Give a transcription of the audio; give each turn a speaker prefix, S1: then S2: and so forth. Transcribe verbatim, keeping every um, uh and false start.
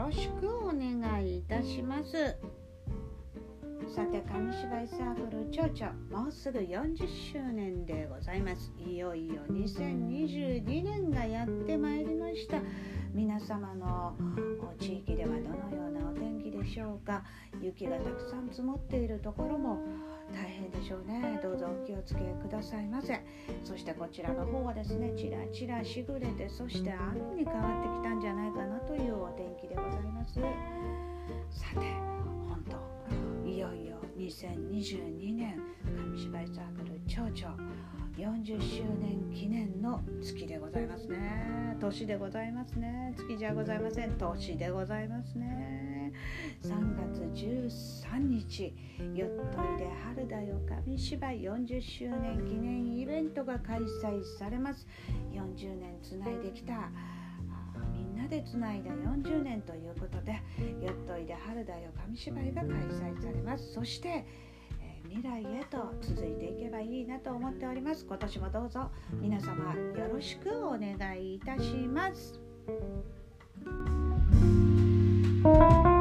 S1: ろしくお願いいたします。さて、紙芝居サークル蝶々、もうすぐよんじゅっしゅうねんでございます。いよいよにせんにじゅうにねんがやってまいりました。皆様の地域ではどのようなお天気でしょうか。雪がたくさん積もっているところも大変でしょうね。どうぞお気をつけくださいませ。そしてこちらの方はですね、ちらちらしぐれて、そして雨に変わってきたんじゃないかなというお天気でございます。さて、本当いよいよにせんにじゅうにねん紙芝居サークル蝶々よんじゅっしゅうねん記念の月でございますね。年でございますね。月じゃございません。年でございますね。さんがつじゅうさんにち、よっといで春だよ紙芝居よんじゅっしゅうねん記念イベントが開催されます。よんじゅうねんつないできた、みんなでつないだよんじゅうねんということで、よっといで春だよ紙芝居が開催されます。そして未来へと続いていけばいいなと思っております。今年もどうぞ皆様よろしくお願いいたします。